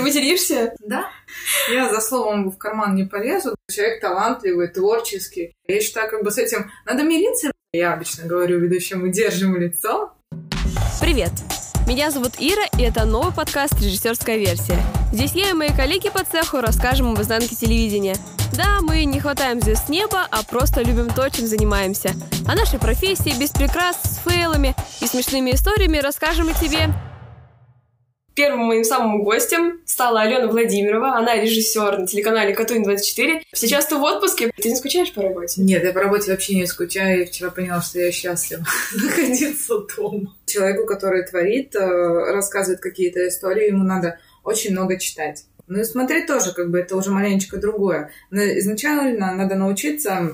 материшься? Да. Я за словом в карман не полезу. Человек талантливый, творческий. Я считаю, как бы с этим надо мириться. Я обычно говорю ведущему: держим лицо. Привет! Меня зовут Ира, и это новый подкаст «Режиссерская версия». Здесь я и мои коллеги по цеху расскажем об изнанке телевидения. Да, мы не хватаем звезд с неба, а просто любим то, чем занимаемся. О нашей профессии без прикрас, с фейлами и смешными историями расскажем и тебе. Первым моим самым гостем стала Алена Владимирова. Она режиссер на телеканале Катунь-24. Сейчас ты в отпуске. Ты не скучаешь по работе? Нет, я по работе вообще не скучаю. Я вчера поняла, что я счастлива находиться дома. Человеку, который творит, рассказывает какие-то истории, ему надо очень много читать. Ну и смотреть тоже, как бы это уже маленечко другое. Но изначально надо научиться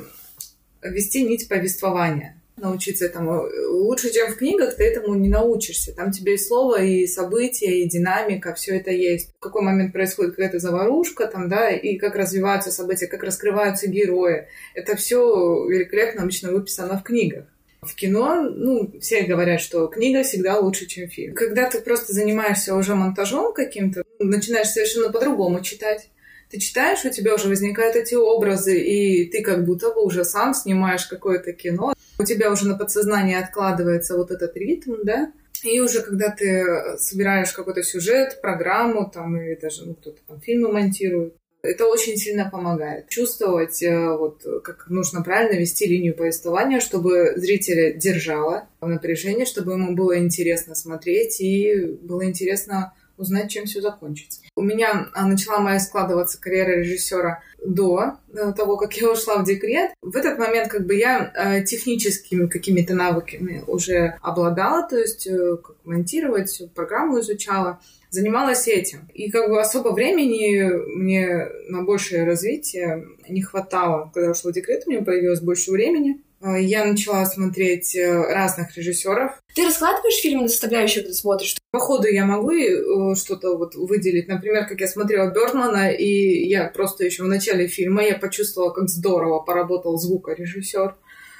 вести нить повествования. Научиться этому. Лучше, чем в книгах, ты этому не научишься. Там тебе и слово, и события, и динамика, все это есть. В какой момент происходит какая-то заварушка, там, да, и как развиваются события, как раскрываются герои. Это все великолепно обычно выписано в книгах. В кино, все говорят, что книга всегда лучше, чем фильм. Когда ты просто занимаешься уже монтажом каким-то, начинаешь совершенно по-другому читать. Ты читаешь, у тебя уже возникают эти образы, и ты как будто бы уже сам снимаешь какое-то кино. У тебя уже на подсознании откладывается вот этот ритм, да? И уже когда ты собираешь какой-то сюжет, программу, там, или даже кто-то там фильмы монтирует, это очень сильно помогает. Чувствовать, вот, как нужно правильно вести линию повествования, чтобы зрителя держало в напряжении, чтобы ему было интересно смотреть и было интересно узнать, чем все закончится. У меня начала моя складываться карьера режиссера до того, как я ушла в декрет. В этот момент как бы я техническими какими-то навыками уже обладала, то есть как монтировать, программу изучала, занималась этим. И как бы особо времени мне на большее развитие не хватало. Когда я ушла в декрет, у меня появилось больше времени. Я начала смотреть разных режиссеров. Ты раскладываешь фильм на составляющие, когда смотришь? По ходу я могу что-то вот выделить. Например, как я смотрела Бёрдмана, и я просто еще в начале фильма я почувствовала, как здорово поработал звукорежиссер.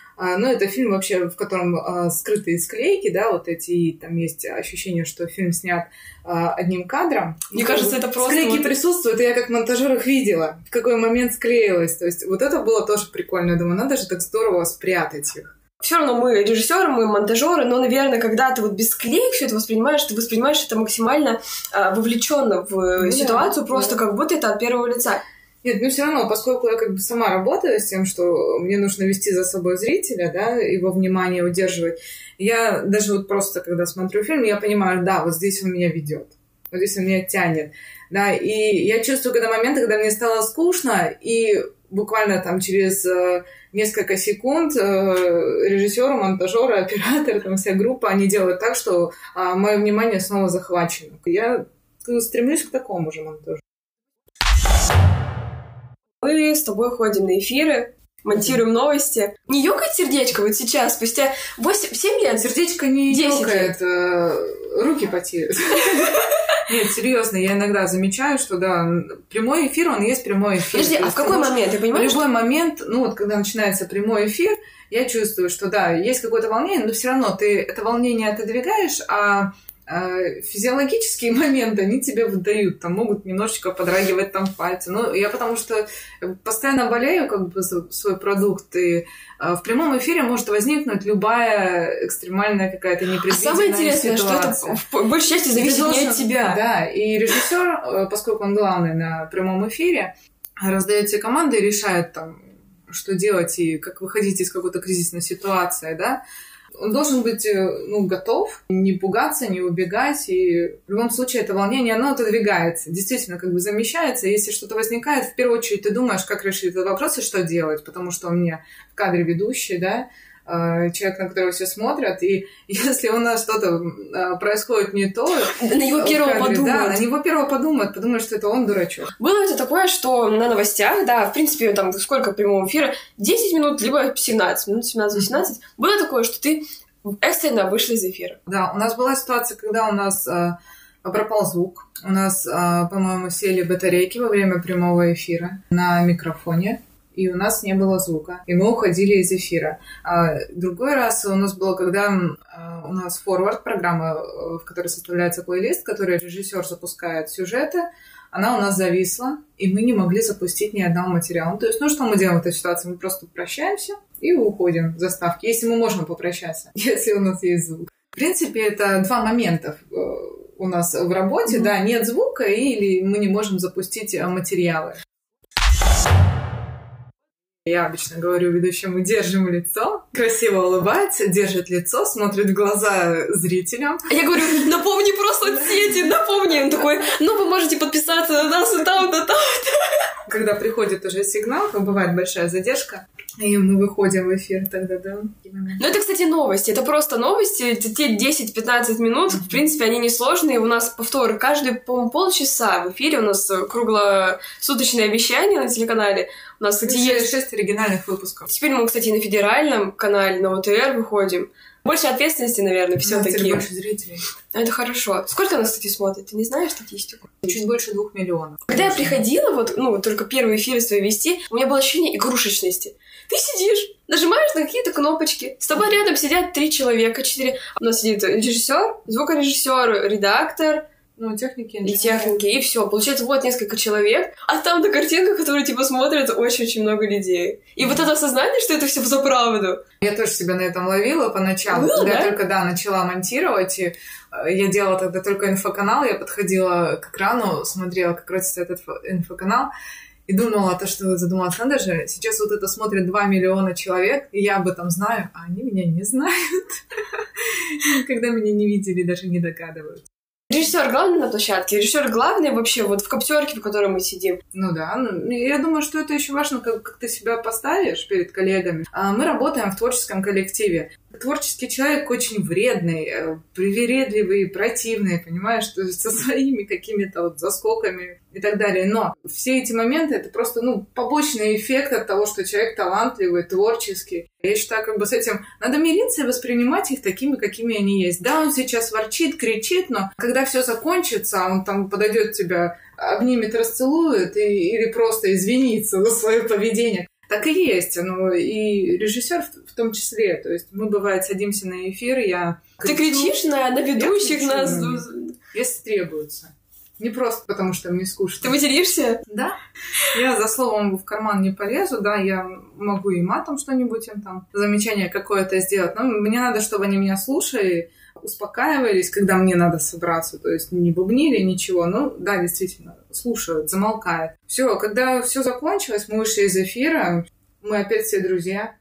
Это фильм вообще, в котором скрытые склейки, да, вот эти, и там есть ощущение, что фильм снят одним кадром. Мне кажется, это просто... Склейки присутствуют, и я как монтажер их видела, в какой момент склеилось. То есть вот это было тоже прикольно. Я думаю, надо же так здорово спрятать их. Все равно мы режиссеры, мы монтажеры, но, наверное, когда ты вот без склеек все это воспринимаешь, ты воспринимаешь это максимально вовлеченно в ситуацию, просто как будто это от первого лица. Нет, все равно, поскольку я как бы сама работаю с тем, что мне нужно вести за собой зрителя, да, его внимание удерживать, я даже вот просто, когда смотрю фильм, я понимаю, да, вот здесь он меня ведет, вот здесь он меня тянет, да, и я чувствую, когда моменты, когда мне стало скучно, и буквально там через несколько секунд режиссер, монтажер, оператор, там вся группа, они делают так, что мое внимание снова захвачено. Я стремлюсь к такому же монтажу. Мы с тобой ходим на эфиры, монтируем новости. Не ёкает сердечко вот сейчас, спустя 7 лет? Сердечко не ёкает, руки потеют. Нет, серьезно, я иногда замечаю, что да, прямой эфир, он есть прямой эфир. Подожди, в какой момент? Ты понимаешь? В любой момент, когда начинается прямой эфир, я чувствую, что да, есть какое-то волнение, но все равно ты это волнение отодвигаешь, а физиологические моменты, они тебе выдают, там могут немножечко подрагивать там пальцы. Я потому что постоянно болею как бы за свой продукт, и в прямом эфире может возникнуть любая экстремальная какая-то непредвиденная ситуация. Самое интересное, что это в большей части зависит не от тебя. Да, и режиссер, поскольку он главный на прямом эфире, раздает все команды и решает там, что делать и как выходить из какой-то кризисной ситуации, да. Он должен быть готов, не пугаться, не убегать. И в любом случае это волнение, оно отодвигается. Действительно, как бы замещается. Если что-то возникает, в первую очередь ты думаешь, как решить этот вопрос и что делать. Потому что у меня в кадре ведущий, да, человек, на которого все смотрят. И если у нас что-то происходит не то... На него первого подумают. Да, на него первого подумают, что это он дурачок. Было это такое, что на новостях, да, в принципе, там сколько прямого эфира? 10 минут, либо 17 минут, 17-18. Было такое, что ты экстренно вышла из эфира? Да, у нас была ситуация, когда у нас пропал звук. У нас, по-моему, сели батарейки во время прямого эфира на микрофоне. И у нас не было звука, и мы уходили из эфира. Другой раз у нас было, когда у нас форвард, программа, в которой составляется плейлист, который режиссер запускает сюжеты, она у нас зависла, и мы не могли запустить ни одного материала. То есть, что мы делаем в этой ситуации? Мы просто прощаемся и уходим с заставки, если мы можем попрощаться, если у нас есть звук. В принципе, это два момента у нас в работе, да, нет звука, или мы не можем запустить материалы. Я обычно говорю ведущему: держим лицо, красиво улыбается, держит лицо, смотрит в глаза зрителям. А я говорю: напомни просто соцсети, напомни. Он такой: вы можете подписаться на нас и там. Когда приходит уже сигнал, то бывает большая задержка, и мы выходим в эфир тогда, да. Это, кстати, новости. Это просто новости. Это те 10-15 минут. В принципе, они несложные. У нас повторы каждые, по-моему, полчаса в эфире. У нас круглосуточное вещание на телеканале. У нас, кстати, есть 6 оригинальных выпусков. Теперь мы, кстати, на федеральном канале, на ОТР выходим. Больше ответственности, наверное, все-таки. Больше зрителей. Это хорошо. Сколько нас, кстати, смотрит? Ты не знаешь статистику? Чуть больше 2 миллионов. Когда я приходила, только первые эфиры свои вести, у меня было ощущение игрушечности. Ты сидишь, нажимаешь на какие-то кнопочки, с тобой рядом сидят 3 человека, 4. У нас сидит режиссер, звукорежиссер, редактор, техники, и все. Получается, несколько человек, а там на картинках, которые смотрят очень-очень много людей. И это осознание, что это все за правду. Я тоже себя на этом ловила поначалу. Когда я только, начала монтировать, и я делала тогда только инфоканал, я подходила к экрану, смотрела, как крутится этот инфоканал, и думала, что задумалась, надо же, сейчас это смотрит 2 миллиона человек, и я об этом знаю, а они меня не знают. Когда меня не видели, даже не догадываются. Режиссер главный на площадке, режиссер главный вообще в коптерке, в которой мы сидим. Я думаю, что это еще важно, как ты себя поставишь перед коллегами. Мы работаем в творческом коллективе. Творческий человек очень вредный, привередливый, противный, понимаешь, со своими какими-то заскоками и так далее. Но все эти моменты — это просто, побочный эффект от того, что человек талантливый, творческий. Я считаю, с этим надо мириться и воспринимать их такими, какими они есть. Да, он сейчас ворчит, кричит, но когда все закончится, он там подойдет тебя, обнимет, расцелует или просто извинится за свое поведение. Так и есть. И режиссер в том числе. То есть мы, бывает, садимся на эфир, я кричу. Ты кричишь на ведущих нас? Если требуется. Не просто потому, что мне скучно. Ты материшься? Да. Я за словом в карман не полезу, да, я могу и матом что-нибудь им там, замечание какое-то сделать, но мне надо, чтобы они меня слушали, успокаивались, когда мне надо собраться, то есть не бубнили, ничего, да, действительно, слушают, замолкают. Все, когда все закончилось, мы вышли из эфира, мы опять все друзья.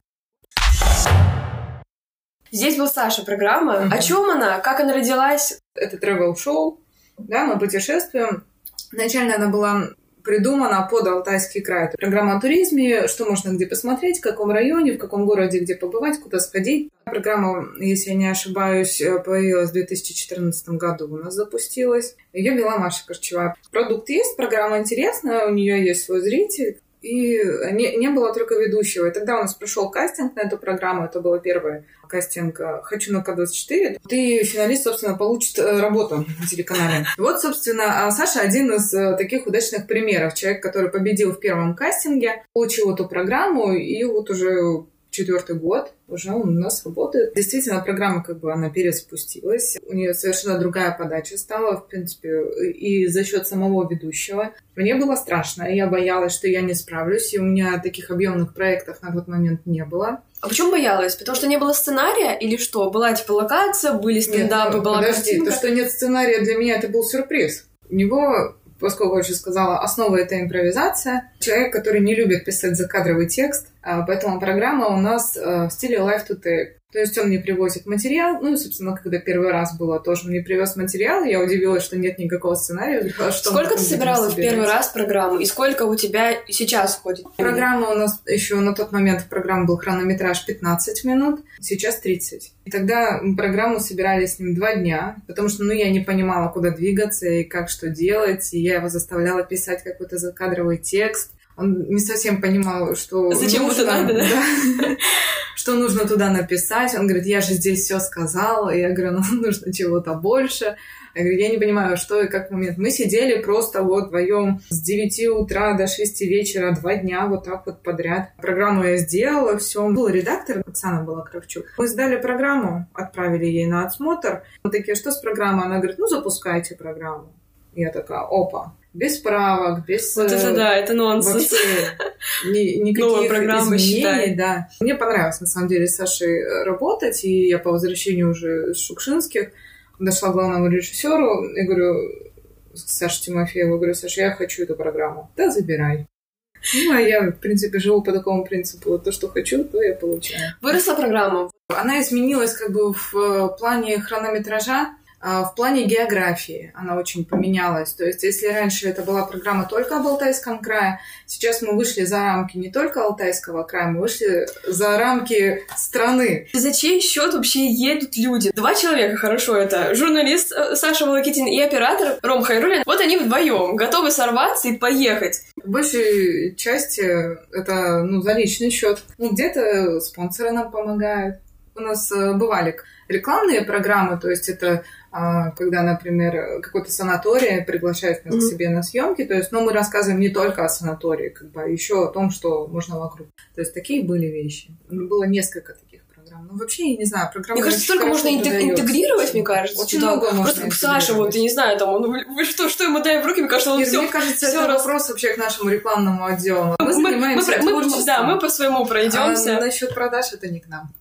Здесь был Саша программа. О чем она? Как она родилась? Это travel-шоу, да, мы путешествуем. Изначально она была придумана под Алтайский край. Программа о туризме, что можно где посмотреть, в каком районе, в каком городе, где побывать, куда сходить. Программа, если я не ошибаюсь, появилась в 2014 году, у нас запустилась. Ее вела Маша Корчева. Продукт есть, программа интересная, у нее есть свой зритель. И не было только ведущего. И тогда у нас прошел кастинг на эту программу. Это был первый кастинг «Хочу на К24». И финалист, собственно, получит работу на телеканале. Собственно, Саша один из таких удачных примеров. Человек, который победил в первом кастинге, получил эту программу, и уже 4-й год уже он у нас работает. Действительно, программа она перезапустилась. У нее совершенно другая подача стала, в принципе, и за счет самого ведущего. Мне было страшно, я боялась, что я не справлюсь, и у меня таких объемных проектов на тот момент не было. А почему боялась? Потому что не было сценария или что? Была локация, были стендапы, была картинка? То, что нет сценария, для меня это был сюрприз. У него, поскольку я уже сказала, основа — это импровизация. Человек, который не любит писать закадровый текст, поэтому программа у нас в стиле live to tape. То есть он мне привозит материал, и, собственно, когда первый раз было, тоже мне привез материал, я удивилась, что нет никакого сценария. Сколько ты собирала в первый раз программу, и сколько у тебя сейчас ходит? Программа у нас еще на тот момент, программа был хронометраж 15 минут, сейчас 30. И тогда программу собирали с ним 2 дня, потому что, я не понимала, куда двигаться и как что делать, и я его заставляла писать какой-то закадровый текст. Он не совсем понимал, что зачем это надо, да? Что нужно туда написать. Он говорит: я же здесь все сказала. Я говорю: нужно чего-то больше. Я говорю: я не понимаю, что и как в момент. Мы сидели просто вдвоем с 9 утра до 6 вечера 2 дня так подряд. Программу я сделала, все. Был редактор, Оксана была Кравчук. Мы сдали программу, отправили ей на отсмотр. Мы такие: что с программой? Она говорит: запускайте программу. Я такая: опа. без справок, без... Вот это да, это нонсенс. Никаких изменений, да. Мне понравилось, на самом деле, с Сашей работать, и я по возвращению уже с Шукшинских дошла к главному режиссеру и говорю, Саше Тимофееву, говорю, Саша, я хочу эту программу. Да, забирай. Ну, а я, в принципе, живу по такому принципу. То, что хочу, то я получаю. Выросла программа? Она изменилась как бы в плане хронометража, в плане географии она очень поменялась. То есть, если раньше это была программа только об Алтайском крае, сейчас мы вышли за рамки не только Алтайского края, мы вышли за рамки страны. За чей счет вообще едут люди? 2 человека, хорошо, это журналист Саша Волокитин и оператор Ром Хайруллин. Вот они вдвоем готовы сорваться и поехать. В большей части это за личный счет. Где-то спонсоры нам помогают. У нас бывали рекламные программы, то есть это когда, например, какой-то санаторий приглашает нас к себе на съемки, то есть, мы рассказываем не только о санатории, а еще о том, что можно вокруг. То есть такие были вещи. Было несколько таких программ. Вообще, я не знаю, программы... Мне кажется, столько можно интегрировать, мне кажется. Очень много можно просто Саша, вот, я не знаю, там, что ему дай в руки, мне кажется, он все... Мне кажется, это вопрос вообще к нашему рекламному отделу. Мы занимаемся творчеством. Да, мы по своему пройдемся. Насчет продаж это не к нам.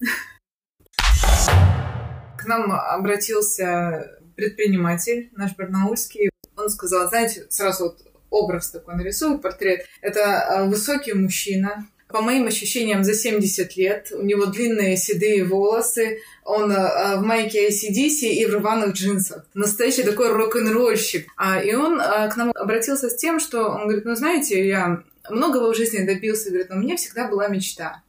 К нам обратился предприниматель наш барнаульский. Он сказал, знаете, сразу вот образ такой нарисую, портрет. Это высокий мужчина, по моим ощущениям, за 70 лет. У него длинные седые волосы. Он в майке AC/DC и в рваных джинсах. Настоящий такой рок-н-ролльщик. И он к нам обратился с тем, что он говорит, знаете, я многого в жизни добился. Говорит, но у меня всегда была мечта.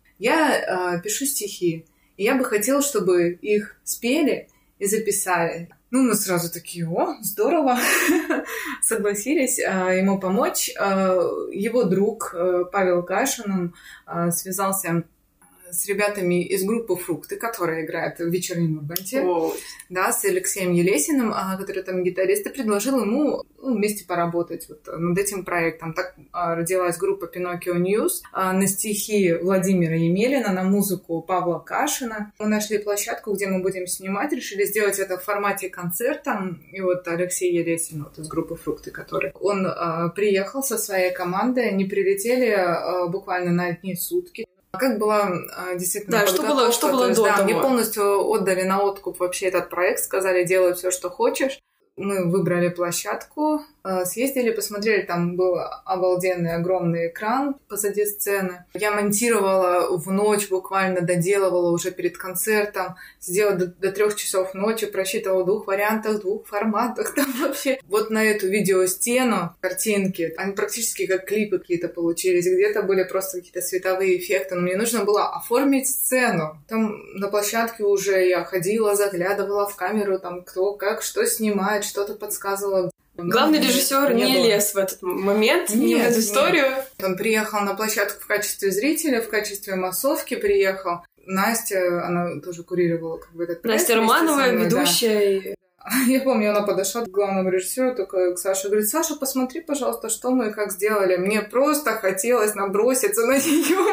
Я пишу стихи. И я бы хотела, чтобы их спели и записали. Мы сразу такие, здорово, согласились ему помочь. Его друг Павел Кашин, он связался с ребятами из группы «Фрукты», которые играют в «Вечернем Урганте», да, с Алексеем Елесиным, который там гитарист, и предложил ему вместе поработать над этим проектом. Так родилась группа «Пиноккио Ньюс» на стихи Владимира Емелина, на музыку Павла Кашина. Мы нашли площадку, где мы будем снимать, решили сделать это в формате концерта. И Алексей Елесин из группы «Фрукты», который... Он приехал со своей командой, они прилетели буквально на одни сутки. Как была действительно подготовка. Что было до того? Мне полностью отдали на откуп вообще этот проект, сказали, делай все, что хочешь. Мы выбрали площадку, съездили, посмотрели, там был обалденный огромный экран позади сцены. Я монтировала в ночь, буквально доделывала уже перед концертом, сидела до 3 часов ночи, просчитывала в 2 вариантах, 2 форматах, там вообще. На эту видеостену картинки, они практически как клипы какие-то получились, где-то были просто какие-то световые эффекты, но мне нужно было оформить сцену. Там на площадке уже я ходила, заглядывала в камеру, там кто, как, что снимает, что-то подсказывала. Главный режиссер не лез в этот момент, не в эту историю. Он приехал на площадку в качестве зрителя, в качестве массовки приехал. Настя, она тоже курировала этот проект. Настя Романова, ведущая. Да. Я помню, она подошла к главному режиссеру, только к Саше, говорит, Саша, посмотри, пожалуйста, что мы и как сделали. Мне просто хотелось наброситься на нее.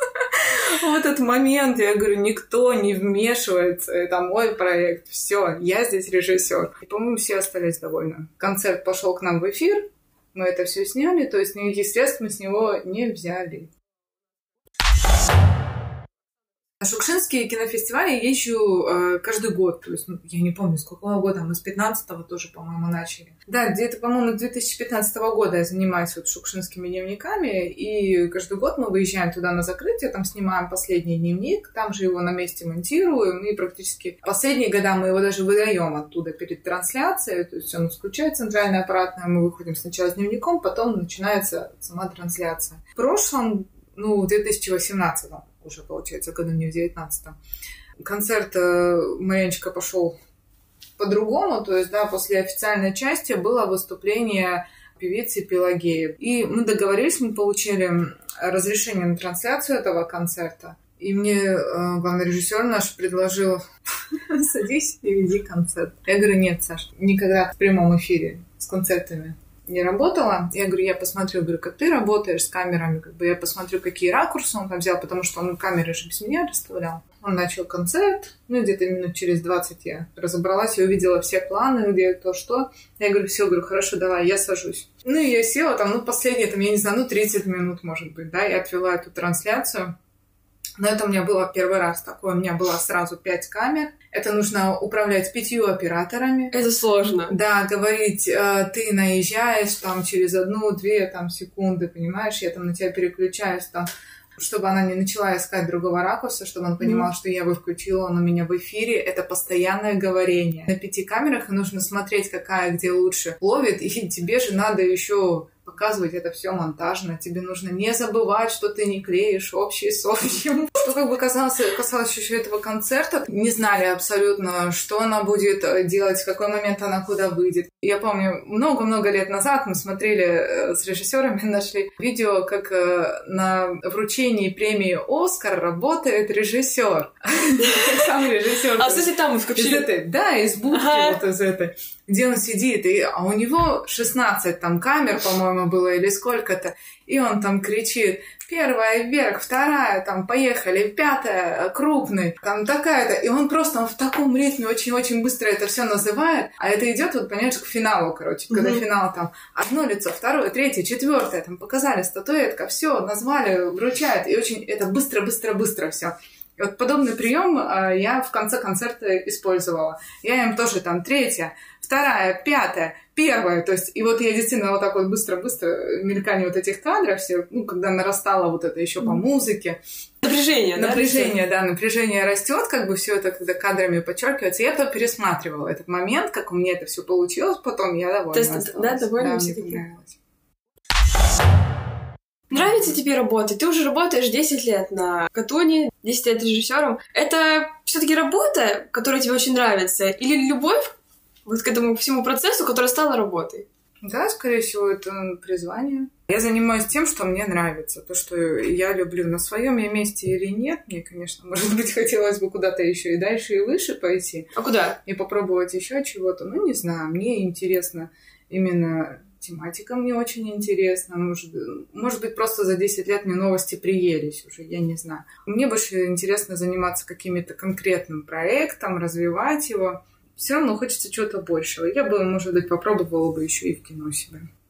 В этот момент я говорю, никто не вмешивается, это мой проект, все, я здесь режиссер. И, по-моему, все остались довольны. Концерт пошел к нам в эфир, мы это все сняли, то есть никаких средств мы с него не взяли. На Шукшинские кинофестивали я езжу каждый год. То есть, я не помню, с какого года. Мы с 15-го тоже, по-моему, начали. Да, где-то, по-моему, с 2015 года я занимаюсь шукшинскими дневниками. И каждый год мы выезжаем туда на закрытие, там снимаем последний дневник, там же его на месте монтируем. И практически последние года мы его даже выдаем оттуда перед трансляцией. То есть он включает центральное аппаратное, мы выходим сначала с дневником, потом начинается сама трансляция. В прошлом, в 2018-м, уже, получается, году не в 19-м. Концерт маленечко пошел по-другому, то есть, да, после официальной части было выступление певицы Пелагеи. И мы договорились, мы получили разрешение на трансляцию этого концерта. И мне главный режиссер наш предложил, садись и веди концерт. Я говорю, нет, Саш, никогда в прямом эфире с концертами не работала. Я говорю, я посмотрю, как ты работаешь с камерами, я посмотрю, какие ракурсы он там взял, потому что он камеры же без меня расставлял. Он начал концерт, где-то минут через 20 я разобралась и увидела все планы, где то, что. Я говорю, все, хорошо, давай, я сажусь. И я села последние, я не знаю, 30 минут, может быть, да, я отвела эту трансляцию. Но это у меня было первый раз такое. У меня было сразу 5 камер. Это нужно управлять 5 операторами. Это сложно. Да, говорить, ты наезжаешь через 1-2 секунды, понимаешь? Я на тебя переключаюсь, чтобы она не начала искать другого ракурса, чтобы он понимал, что я бы включила, он у меня в эфире. Это постоянное говорение. На 5 камерах нужно смотреть, какая где лучше ловит, и тебе же надо еще показывать это все монтажно. Тебе нужно не забывать, что ты не клеишь общий с общим. Что касалось еще этого концерта, не знали абсолютно, что она будет делать, в какой момент она куда выйдет. Я помню, много-много лет назад мы смотрели с режиссерами, нашли видео, как на вручении премии «Оскар» работает режиссер. Сам режиссер. А, кстати, там включили? Да, из будки из этой. Где он сидит, а у него 16 камер, по-моему, было, или сколько-то, и он кричит: 1 вверх, 2, поехали, 5 крупный, такая-то, и он просто в таком ритме очень-очень быстро это все называет, а это идет, понимаешь, к финалу, когда финал 1 лицо, 2, 3, 4, показали статуэтка, все, назвали, вручают, и очень это быстро-быстро-быстро все. И подобный прием я в конце концерта использовала. Я им тоже 3, 2, 5, 1. То есть, и я действительно так быстро-быстро мелькание этих кадров все, когда нарастало это еще по музыке. Напряжение растет, все это, когда кадрами подчеркивается. Я то пересматривала этот момент, как у меня это все получилось, потом я довольна. То есть, довольна все-таки. Нравится тебе работать? Ты уже работаешь 10 лет на Катуне, 10 лет режиссером. Это все-таки работа, которая тебе очень нравится? Или любовь к этому всему процессу, которая стала работой? Да, скорее всего, это призвание. Я занимаюсь тем, что мне нравится. То, что я люблю. На своем я месте или нет, мне, конечно, может быть, хотелось бы куда-то еще и дальше, и выше пойти. А куда? И попробовать еще чего-то. Не знаю, мне интересно именно... Тематика мне очень интересна. Может быть, просто за 10 лет мне новости приелись уже, я не знаю. Мне больше интересно заниматься каким-то конкретным проектом, развивать его. Все равно хочется чего-то большего. Я бы, может быть, попробовала бы еще и в кино себя.